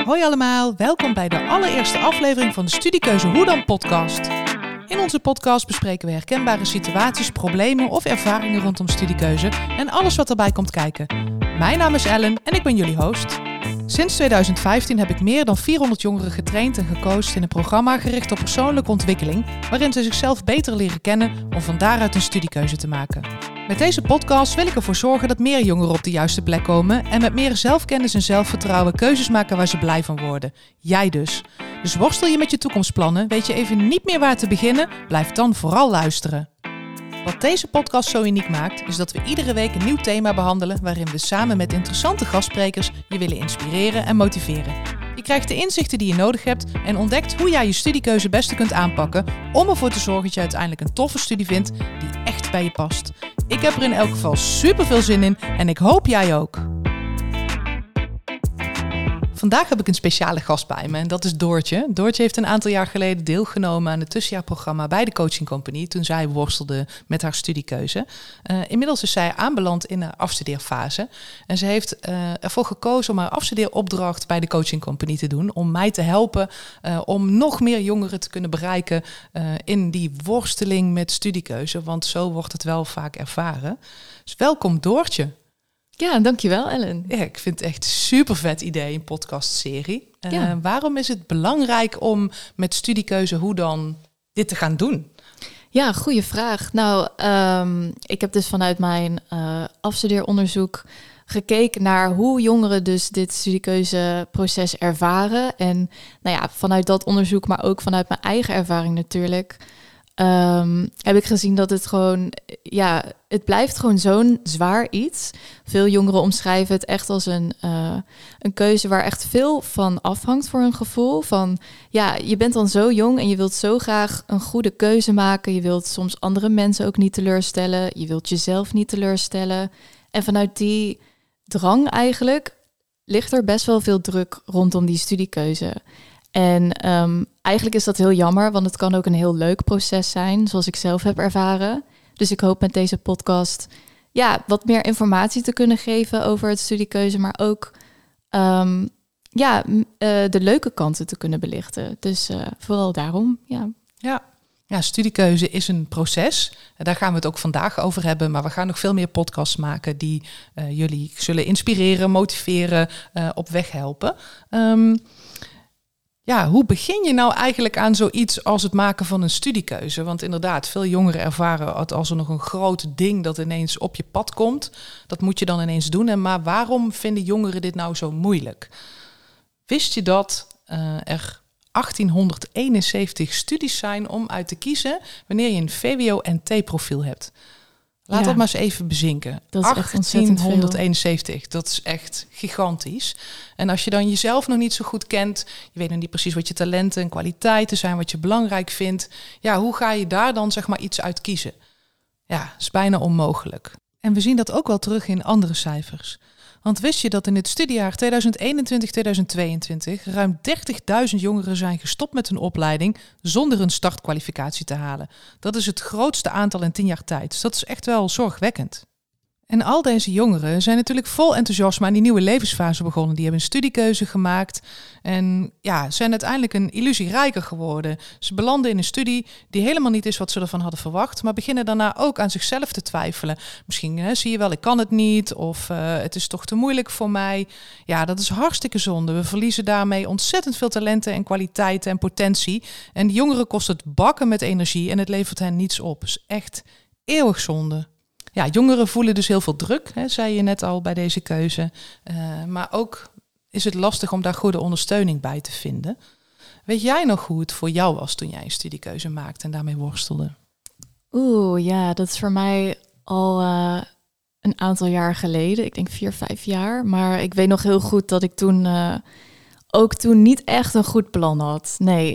Hoi allemaal, welkom bij de allereerste aflevering van de Studiekeuze Hoe Dan podcast. In onze podcast bespreken we herkenbare situaties, problemen of ervaringen rondom studiekeuze en alles wat erbij komt kijken. Mijn naam is Ellen en ik ben jullie host. Sinds 2015 heb ik meer dan 400 jongeren getraind en gecoacht in een programma gericht op persoonlijke ontwikkeling, waarin ze zichzelf beter leren kennen om van daaruit een studiekeuze te maken. Met deze podcast wil ik ervoor zorgen dat meer jongeren op de juiste plek komen en met meer zelfkennis en zelfvertrouwen keuzes maken waar ze blij van worden. Jij dus. Dus worstel je met je toekomstplannen, weet je even niet meer waar te beginnen? Blijf dan vooral luisteren. Wat deze podcast zo uniek maakt, is dat we iedere week een nieuw thema behandelen waarin we samen met interessante gastsprekers je willen inspireren en motiveren. Je krijgt de inzichten die je nodig hebt en ontdekt hoe jij je studiekeuze het beste kunt aanpakken om ervoor te zorgen dat je uiteindelijk een toffe studie vindt die echt bij je past. Ik heb er in elk geval super veel zin in en ik hoop jij ook. Vandaag heb ik een speciale gast bij me en dat is Doortje. Doortje heeft een aantal jaar geleden deelgenomen aan het tussenjaarprogramma bij de Coaching Company toen zij worstelde met haar studiekeuze. Inmiddels is zij aanbeland in de afstudeerfase en ze heeft ervoor gekozen om haar afstudeeropdracht bij de Coaching Company te doen. Om mij te helpen om nog meer jongeren te kunnen bereiken in die worsteling met studiekeuze, want zo wordt het wel vaak ervaren. Dus welkom Doortje. Ja, dankjewel Ellen. Ja, ik vind het echt een super vet idee, een podcastserie. Ja. Waarom is het belangrijk om met studiekeuze hoe dan dit te gaan doen? Ja, goede vraag. Nou, ik heb dus vanuit mijn afstudeeronderzoek gekeken naar hoe jongeren dus dit studiekeuzeproces ervaren. En nou ja, vanuit dat onderzoek, maar ook vanuit mijn eigen ervaring natuurlijk, heb ik gezien dat het gewoon, ja, het blijft gewoon zo'n zwaar iets. Veel jongeren omschrijven het echt als een keuze waar echt veel van afhangt voor hun gevoel. Van, ja, je bent dan zo jong en je wilt zo graag een goede keuze maken. Je wilt soms andere mensen ook niet teleurstellen. Je wilt jezelf niet teleurstellen. En vanuit die drang eigenlijk ligt er best wel veel druk rondom die studiekeuze. En eigenlijk is dat heel jammer, want het kan ook een heel leuk proces zijn, zoals ik zelf heb ervaren. Dus ik hoop met deze podcast wat meer informatie te kunnen geven over het studiekeuze, maar ook de leuke kanten te kunnen belichten. Dus vooral daarom, ja. Ja, studiekeuze is een proces. Daar gaan we het ook vandaag over hebben, maar we gaan nog veel meer podcasts maken die jullie zullen inspireren, motiveren, op weg helpen. Ja, hoe begin je nou eigenlijk aan zoiets als het maken van een studiekeuze? Want inderdaad, veel jongeren ervaren het als er nog een groot ding dat ineens op je pad komt. Dat moet je dan ineens doen. Maar waarom vinden jongeren dit nou zo moeilijk? Wist je dat er 1871 studies zijn om uit te kiezen wanneer je een VWO-NT-profiel hebt? Laat dat maar eens even bezinken. Dat is 1871, dat is echt gigantisch. En als je dan jezelf nog niet zo goed kent, je weet nog niet precies wat je talenten en kwaliteiten zijn, wat je belangrijk vindt. Ja, hoe ga je daar dan zeg maar iets uit kiezen? Ja, is bijna onmogelijk. En we zien dat ook wel terug in andere cijfers. Want wist je dat in het studiejaar 2021-2022 ruim 30.000 jongeren zijn gestopt met hun opleiding zonder een startkwalificatie te halen? Dat is het grootste aantal in 10 jaar tijd. Dus dat is echt wel zorgwekkend. En al deze jongeren zijn natuurlijk vol enthousiasme aan die nieuwe levensfase begonnen. Die hebben een studiekeuze gemaakt en zijn uiteindelijk een illusie rijker geworden. Ze belanden in een studie die helemaal niet is wat ze ervan hadden verwacht, maar beginnen daarna ook aan zichzelf te twijfelen. Misschien zie je wel, ik kan het niet of het is toch te moeilijk voor mij. Ja, dat is hartstikke zonde. We verliezen daarmee ontzettend veel talenten en kwaliteiten en potentie. En die jongeren kost het bakken met energie en het levert hen niets op. Dus echt eeuwig zonde. Ja, jongeren voelen dus heel veel druk, zei je net al bij deze keuze. Maar ook is het lastig om daar goede ondersteuning bij te vinden. Weet jij nog hoe het voor jou was toen jij een studiekeuze maakte en daarmee worstelde? Ja, dat is voor mij al een aantal jaar geleden. Ik denk 4-5 jaar. Maar ik weet nog heel goed dat ik toen niet echt een goed plan had. Nee,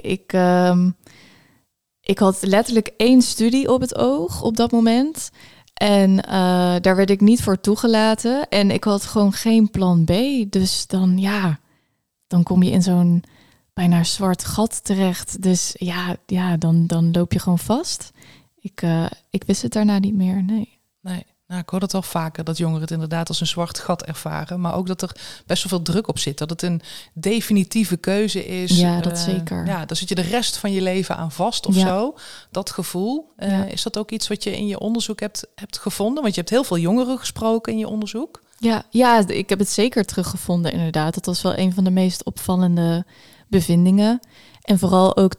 ik had letterlijk 1 studie op het oog op dat moment. En daar werd ik niet voor toegelaten. En ik had gewoon geen plan B. Dus dan kom je in zo'n bijna zwart gat terecht. Dus dan loop je gewoon vast. Ik wist het daarna niet meer, nee. Nee, Nou, ik hoor dat wel vaker, dat jongeren het inderdaad als een zwart gat ervaren. Maar ook dat er best wel veel druk op zit. Dat het een definitieve keuze is. Ja, dat zeker. Ja, daar zit je de rest van je leven aan vast of zo. Dat gevoel. Is dat ook iets wat je in je onderzoek hebt gevonden? Want je hebt heel veel jongeren gesproken in je onderzoek. Ja, ik heb het zeker teruggevonden inderdaad. Dat was wel een van de meest opvallende bevindingen. En vooral ook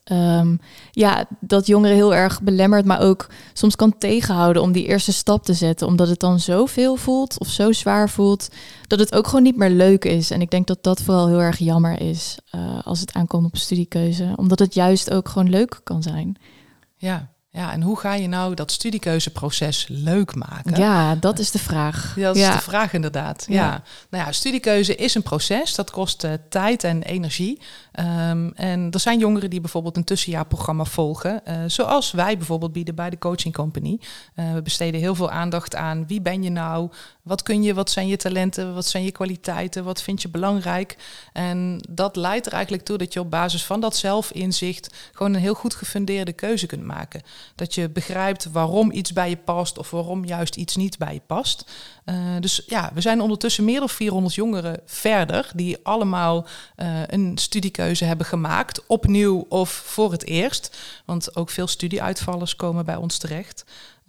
dat jongeren heel erg belemmerd, maar ook soms kan tegenhouden om die eerste stap te zetten. Omdat het dan zoveel voelt of zo zwaar voelt, dat het ook gewoon niet meer leuk is. En ik denk dat dat vooral heel erg jammer is als het aankomt op studiekeuze. Omdat het juist ook gewoon leuk kan zijn. Ja, en hoe ga je nou dat studiekeuzeproces leuk maken? Ja, dat is de vraag. Ja, dat is de vraag inderdaad. Ja. Nou ja, studiekeuze is een proces. Dat kost tijd en energie. En er zijn jongeren die bijvoorbeeld een tussenjaarprogramma volgen. Zoals wij bijvoorbeeld bieden bij de Coaching Company. We besteden heel veel aandacht aan wie ben je nou? Wat kun je? Wat zijn je talenten? Wat zijn je kwaliteiten? Wat vind je belangrijk? En dat leidt er eigenlijk toe dat je op basis van dat zelfinzicht gewoon een heel goed gefundeerde keuze kunt maken. Dat je begrijpt waarom iets bij je past of waarom juist iets niet bij je past. Dus ja, we zijn ondertussen meer dan 400 jongeren verder die allemaal een studiekeuze hebben gemaakt, opnieuw of voor het eerst. Want ook veel studieuitvallers komen bij ons terecht.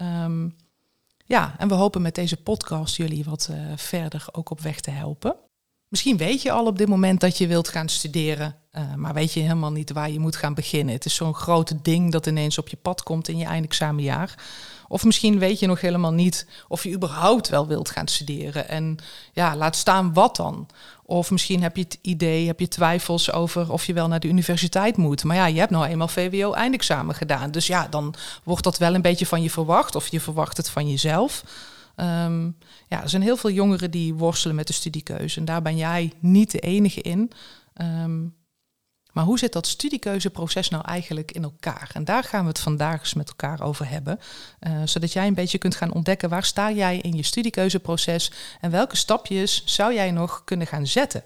Ja, en we hopen met deze podcast jullie wat verder ook op weg te helpen. Misschien weet je al op dit moment dat je wilt gaan studeren, maar weet je helemaal niet waar je moet gaan beginnen. Het is zo'n groot ding dat ineens op je pad komt in je eindexamenjaar. Of misschien weet je nog helemaal niet of je überhaupt wel wilt gaan studeren. En ja, laat staan wat dan. Of misschien heb je het idee, heb je twijfels over of je wel naar de universiteit moet. Maar ja, je hebt nou eenmaal VWO-eindexamen gedaan. Dus ja, dan wordt dat wel een beetje van je verwacht. Of je verwacht het van jezelf. Er zijn heel veel jongeren die worstelen met de studiekeuze. En daar ben jij niet de enige in. Maar hoe zit dat studiekeuzeproces nou eigenlijk in elkaar? En daar gaan we het vandaag eens met elkaar over hebben. Zodat jij een beetje kunt gaan ontdekken waar sta jij in je studiekeuzeproces en welke stapjes zou jij nog kunnen gaan zetten.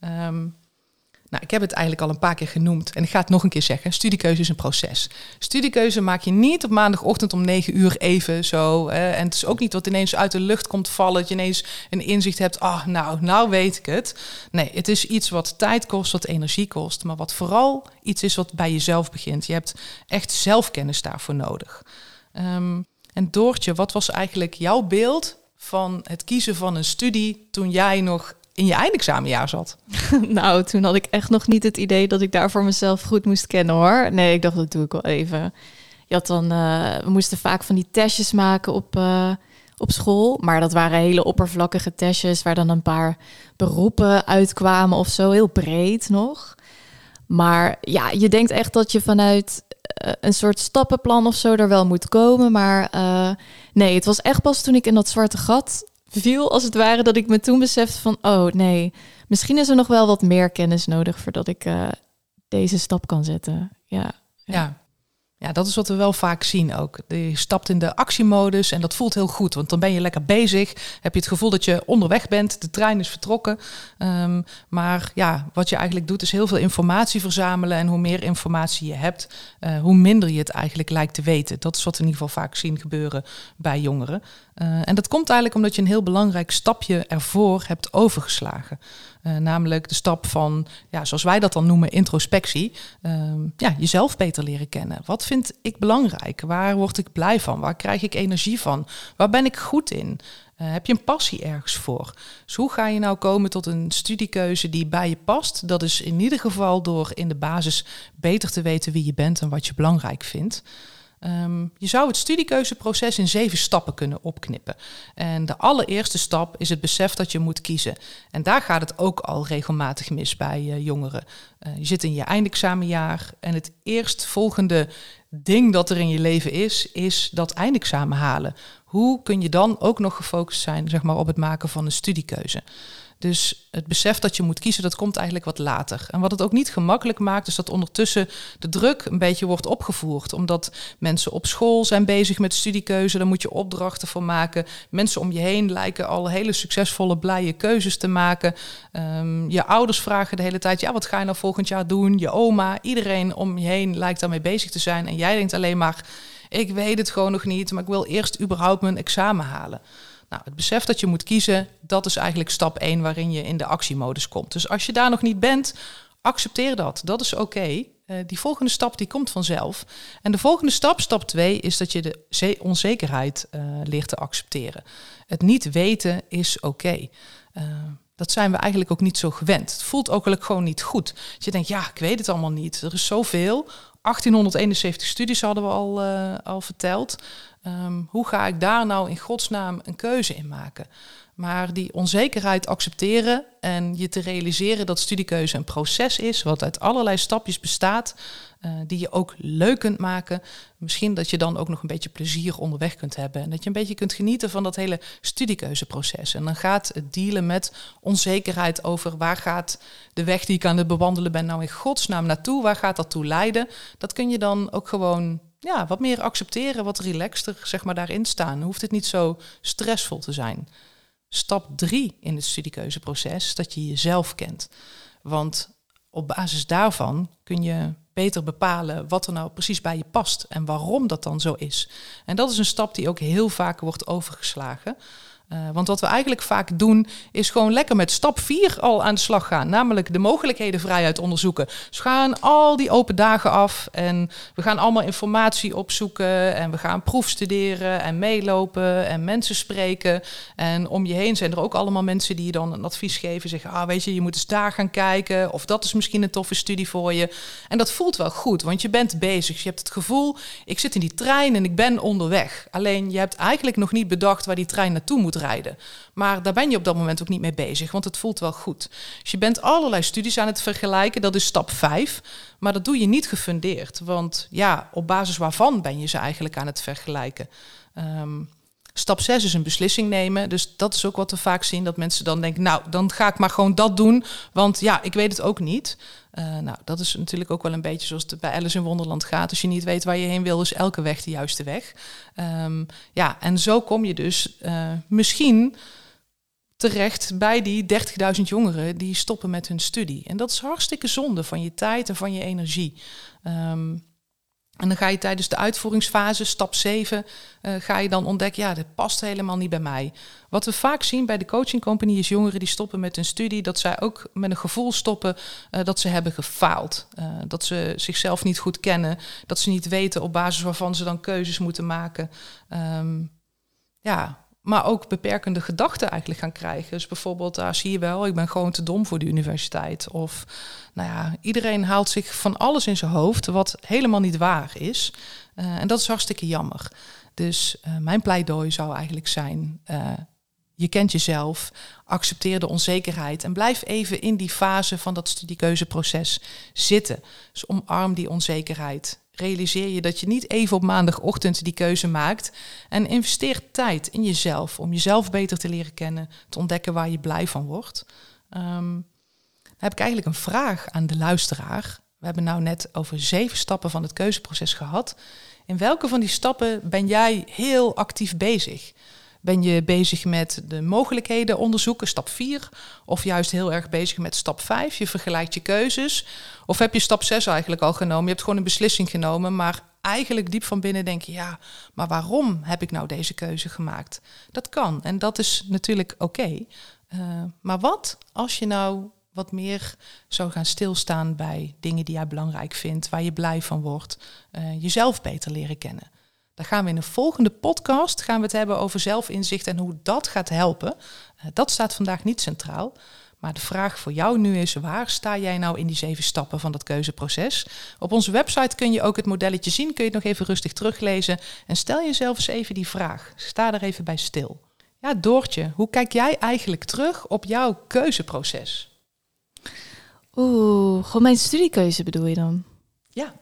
Nou, ik heb het eigenlijk al een paar keer genoemd en ik ga het nog een keer zeggen. Studiekeuze is een proces. Studiekeuze maak je niet op maandagochtend om 9 uur even zo. En het is ook niet wat ineens uit de lucht komt vallen. Dat je ineens een inzicht hebt. Nou weet ik het. Nee, het is iets wat tijd kost, wat energie kost. Maar wat vooral iets is wat bij jezelf begint. Je hebt echt zelfkennis daarvoor nodig. En Doortje, wat was eigenlijk jouw beeld van het kiezen van een studie toen jij nog in je eindexamenjaar zat? Nou, toen had ik echt nog niet het idee dat ik daar voor mezelf goed moest kennen, hoor. Nee, ik dacht, dat doe ik wel even. Je had dan, we moesten vaak van die testjes maken op school. Maar dat waren hele oppervlakkige testjes waar dan een paar beroepen uitkwamen of zo. Heel breed nog. Maar ja, je denkt echt dat je vanuit een soort stappenplan of zo er wel moet komen. Maar nee, het was echt pas toen ik in dat zwarte gat viel, als het ware, dat ik me toen besefte van, oh nee, misschien is er nog wel wat meer kennis nodig voordat ik deze stap kan zetten. Ja, dat is wat we wel vaak zien ook. Je stapt in de actiemodus en dat voelt heel goed, want dan ben je lekker bezig. Heb je het gevoel dat je onderweg bent, de trein is vertrokken. Maar ja, wat je eigenlijk doet is heel veel informatie verzamelen. En hoe meer informatie je hebt, hoe minder je het eigenlijk lijkt te weten. Dat is wat we in ieder geval vaak zien gebeuren bij jongeren. En dat komt eigenlijk omdat je een heel belangrijk stapje ervoor hebt overgeslagen. Namelijk de stap van, ja, zoals wij dat dan noemen, introspectie. Jezelf beter leren kennen. Wat vind ik belangrijk? Waar word ik blij van? Waar krijg ik energie van? Waar ben ik goed in? Heb je een passie ergens voor? Dus hoe ga je nou komen tot een studiekeuze die bij je past? Dat is in ieder geval door in de basis beter te weten wie je bent en wat je belangrijk vindt. Je zou het studiekeuzeproces in 7 stappen kunnen opknippen. En de allereerste stap is het besef dat je moet kiezen. En daar gaat het ook al regelmatig mis bij jongeren. Je zit in je eindexamenjaar en het eerstvolgende ding dat er in je leven is dat eindexamen halen. Hoe kun je dan ook nog gefocust zijn, zeg maar, op het maken van een studiekeuze? Dus het besef dat je moet kiezen, dat komt eigenlijk wat later. En wat het ook niet gemakkelijk maakt, is dat ondertussen de druk een beetje wordt opgevoerd. Omdat mensen op school zijn bezig met studiekeuze, daar moet je opdrachten voor maken. Mensen om je heen lijken al hele succesvolle, blije keuzes te maken. Je ouders vragen de hele tijd, ja, wat ga je nou volgend jaar doen? Je oma, iedereen om je heen lijkt daarmee bezig te zijn. En jij denkt alleen maar, ik weet het gewoon nog niet, maar ik wil eerst überhaupt mijn examen halen. Nou, het besef dat je moet kiezen, dat is eigenlijk stap 1 waarin je in de actiemodus komt. Dus als je daar nog niet bent, accepteer dat. Dat is oké. Die volgende stap die komt vanzelf. En de volgende stap, stap 2, is dat je de onzekerheid leert te accepteren. Het niet weten is oké. Dat zijn we eigenlijk ook niet zo gewend. Het voelt ook gewoon niet goed. Dus je denkt, ja, ik weet het allemaal niet. Er is zoveel. 1871 studies hadden we al verteld. Hoe ga ik daar nou in godsnaam een keuze in maken? Maar die onzekerheid accepteren en je te realiseren dat studiekeuze een proces is, wat uit allerlei stapjes bestaat, die je ook leuk kunt maken. Misschien dat je dan ook nog een beetje plezier onderweg kunt hebben. En dat je een beetje kunt genieten van dat hele studiekeuzeproces. En dan gaat het dealen met onzekerheid over waar gaat de weg die ik aan het bewandelen ben nou in godsnaam naartoe? Waar gaat dat toe leiden? Dat kun je dan ook gewoon wat meer accepteren, wat relaxter zeg maar daarin staan. Dan hoeft het niet zo stressvol te zijn. Stap 3 in het studiekeuzeproces is dat je jezelf kent. Want op basis daarvan kun je beter bepalen wat er nou precies bij je past en waarom dat dan zo is. En dat is een stap die ook heel vaak wordt overgeslagen. Want wat we eigenlijk vaak doen, is gewoon lekker met stap 4 al aan de slag gaan. Namelijk de mogelijkheden vrijheid onderzoeken. Dus we gaan al die open dagen af en we gaan allemaal informatie opzoeken. En we gaan proefstuderen en meelopen en mensen spreken. En om je heen zijn er ook allemaal mensen die je dan een advies geven. Zeggen, weet je moet eens daar gaan kijken. Of dat is misschien een toffe studie voor je. En dat voelt wel goed, want je bent bezig. Je hebt het gevoel, ik zit in die trein en ik ben onderweg. Alleen je hebt eigenlijk nog niet bedacht waar die trein naartoe moet rijden. Maar daar ben je op dat moment ook niet mee bezig, want het voelt wel goed. Dus je bent allerlei studies aan het vergelijken, dat is stap 5. Maar dat doe je niet gefundeerd, want op basis waarvan ben je ze eigenlijk aan het vergelijken? Stap 6 is een beslissing nemen. Dus dat is ook wat we vaak zien, dat mensen dan denken, nou, dan ga ik maar gewoon dat doen, want ik weet het ook niet. Dat is natuurlijk ook wel een beetje zoals het bij Alice in Wonderland gaat. Als je niet weet waar je heen wil, is elke weg de juiste weg. En zo kom je dus misschien terecht bij die 30.000 jongeren die stoppen met hun studie. En dat is hartstikke zonde van je tijd en van je energie. En dan ga je tijdens de uitvoeringsfase, stap 7, ga je dan ontdekken, dit past helemaal niet bij mij. Wat we vaak zien bij de coaching company is jongeren die stoppen met hun studie, dat zij ook met een gevoel stoppen dat ze hebben gefaald. Dat ze zichzelf niet goed kennen, dat ze niet weten op basis waarvan ze dan keuzes moeten maken. Maar ook beperkende gedachten eigenlijk gaan krijgen. Dus bijvoorbeeld, zie je wel, ik ben gewoon te dom voor de universiteit. Of, iedereen haalt zich van alles in zijn hoofd wat helemaal niet waar is. En dat is hartstikke jammer. Dus mijn pleidooi zou eigenlijk zijn, je kent jezelf, accepteer de onzekerheid en blijf even in die fase van dat studiekeuzeproces zitten. Dus omarm die onzekerheid. Realiseer je dat je niet even op maandagochtend die keuze maakt. En investeer tijd in jezelf om jezelf beter te leren kennen, te ontdekken waar je blij van wordt. Dan heb ik eigenlijk een vraag aan de luisteraar. We hebben nou net over 7 stappen van het keuzeproces gehad. In welke van die stappen ben jij heel actief bezig? Ben je bezig met de mogelijkheden onderzoeken, stap 4? Of juist heel erg bezig met stap 5? Je vergelijkt je keuzes. Of heb je stap 6 eigenlijk al genomen? Je hebt gewoon een beslissing genomen, maar eigenlijk diep van binnen denk je, maar waarom heb ik nou deze keuze gemaakt? Dat kan en dat is natuurlijk oké. Maar wat als je nou wat meer zou gaan stilstaan bij dingen die jij belangrijk vindt, waar je blij van wordt, jezelf beter leren kennen? Dan gaan we in een volgende podcast het hebben over zelfinzicht en hoe dat gaat helpen. Dat staat vandaag niet centraal. Maar de vraag voor jou nu is, waar sta jij nou in die 7 stappen van dat keuzeproces? Op onze website kun je ook het modelletje zien. Kun je het nog even rustig teruglezen. En stel jezelf eens even die vraag. Sta er even bij stil. Ja, Doortje, hoe kijk jij eigenlijk terug op jouw keuzeproces? Gewoon mijn studiekeuze bedoel je dan? Ja.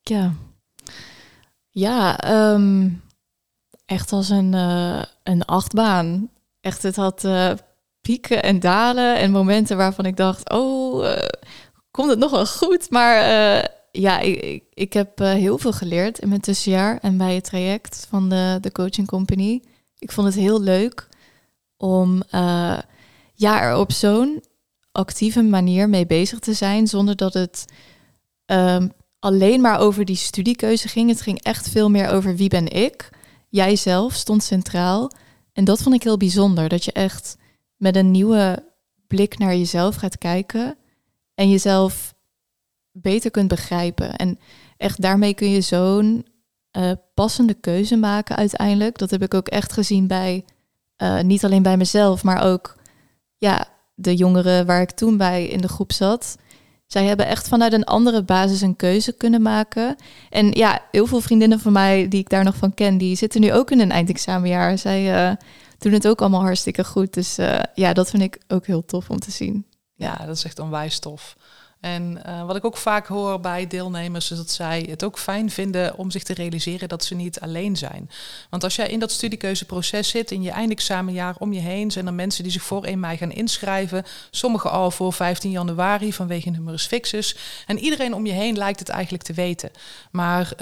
Ja, echt als een achtbaan. Echt, het had pieken en dalen en momenten waarvan ik dacht, komt het nog wel goed? Maar ik heb heel veel geleerd in mijn tussenjaar en bij het traject van de coaching company. Ik vond het heel leuk om er op zo'n actieve manier mee bezig te zijn, zonder dat het alleen maar over die studiekeuze ging. Het ging echt veel meer over wie ben ik. Jijzelf stond centraal. En dat vond ik heel bijzonder. Dat je echt met een nieuwe blik naar jezelf gaat kijken. En jezelf beter kunt begrijpen. En echt daarmee kun je zo'n passende keuze maken uiteindelijk. Dat heb ik ook echt gezien bij, niet alleen bij mezelf, maar ook de jongeren waar ik toen bij in de groep zat. Zij hebben echt vanuit een andere basis een keuze kunnen maken. En heel veel vriendinnen van mij die ik daar nog van ken, die zitten nu ook in een eindexamenjaar. Zij doen het ook allemaal hartstikke goed. Dus dat vind ik ook heel tof om te zien. Ja, dat is echt onwijs tof. En wat ik ook vaak hoor bij deelnemers is dat zij het ook fijn vinden om zich te realiseren dat ze niet alleen zijn. Want als jij in dat studiekeuzeproces zit, in je eindexamenjaar om je heen, zijn er mensen die zich voor 1 mei gaan inschrijven. Sommigen al voor 15 januari vanwege numerus fixus. En iedereen om je heen lijkt het eigenlijk te weten. Maar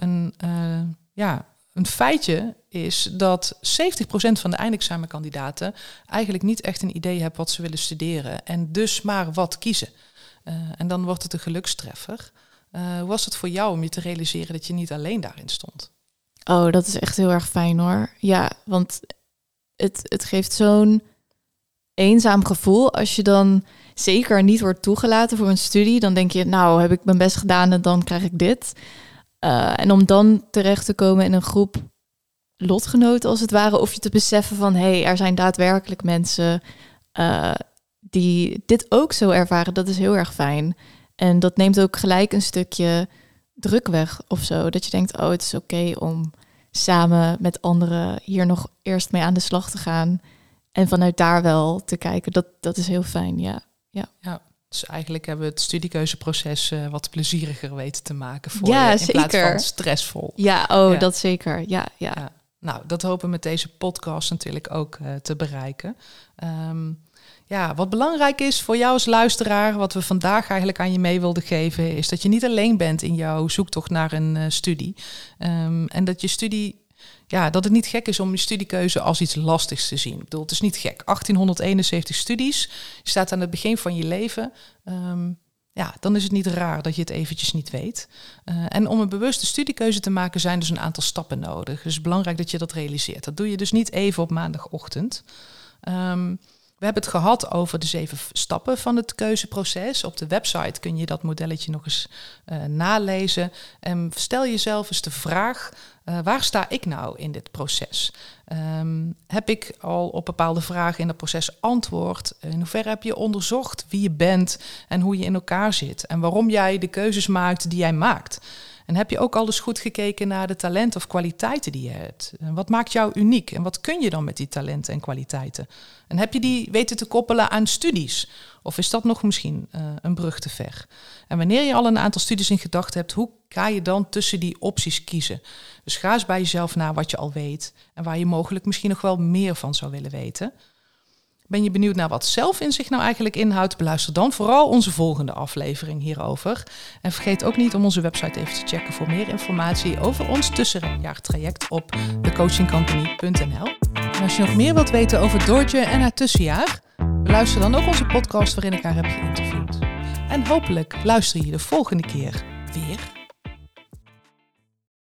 een feitje is dat 70% van de eindexamenkandidaten eigenlijk niet echt een idee hebben wat ze willen studeren. En dus maar wat kiezen. En dan wordt het een gelukstreffer. Hoe was het voor jou om je te realiseren dat je niet alleen daarin stond? Oh, dat is echt heel erg fijn hoor. Ja, want het geeft zo'n eenzaam gevoel. Als je dan zeker niet wordt toegelaten voor een studie, dan denk je, nou heb ik mijn best gedaan en dan krijg ik dit. En om dan terecht te komen in een groep lotgenoten als het ware, of je te beseffen van, er zijn daadwerkelijk mensen die dit ook zo ervaren, dat is heel erg fijn. En dat neemt ook gelijk een stukje druk weg of zo. Dat je denkt, het is oké om samen met anderen hier nog eerst mee aan de slag te gaan. En vanuit daar wel te kijken. Dat is heel fijn, ja. Dus eigenlijk hebben we het studiekeuzeproces wat plezieriger weten te maken voor je. In Zeker. Plaats van stressvol. Dat zeker. Ja. Nou, dat hopen we met deze podcast natuurlijk ook te bereiken. Wat belangrijk is voor jou als luisteraar, wat we vandaag eigenlijk aan je mee wilden geven, is dat je niet alleen bent in jouw zoektocht naar een studie. En dat je studie, dat het niet gek is om je studiekeuze als iets lastigs te zien. Ik bedoel, het is niet gek. 1871 studies, je staat aan het begin van je leven. Dan is het niet raar dat je het eventjes niet weet. En om een bewuste studiekeuze te maken zijn dus een aantal stappen nodig. Dus het is belangrijk dat je dat realiseert. Dat doe je dus niet even op maandagochtend. We hebben het gehad over de 7 stappen van het keuzeproces. Op de website kun je dat modelletje nog eens nalezen. En stel jezelf eens de vraag, waar sta ik nou in dit proces? Heb ik al op bepaalde vragen in het proces antwoord? In hoeverre heb je onderzocht wie je bent en hoe je in elkaar zit? En waarom jij de keuzes maakt die jij maakt? En heb je ook al eens goed gekeken naar de talenten of kwaliteiten die je hebt? En wat maakt jou uniek? En wat kun je dan met die talenten en kwaliteiten? En heb je die weten te koppelen aan studies? Of is dat nog misschien een brug te ver? En wanneer je al een aantal studies in gedachten hebt, hoe ga je dan tussen die opties kiezen? Dus ga eens bij jezelf na wat je al weet en waar je mogelijk misschien nog wel meer van zou willen weten. Ben je benieuwd naar wat zelfinzicht nou eigenlijk inhoudt? Beluister dan vooral onze volgende aflevering hierover. En vergeet ook niet om onze website even te checken voor meer informatie over ons tussenjaartraject op thecoachingcompany.nl. En als je nog meer wilt weten over Doortje en haar tussenjaar, beluister dan ook onze podcast waarin ik haar heb geïnterviewd. En hopelijk luister je de volgende keer weer.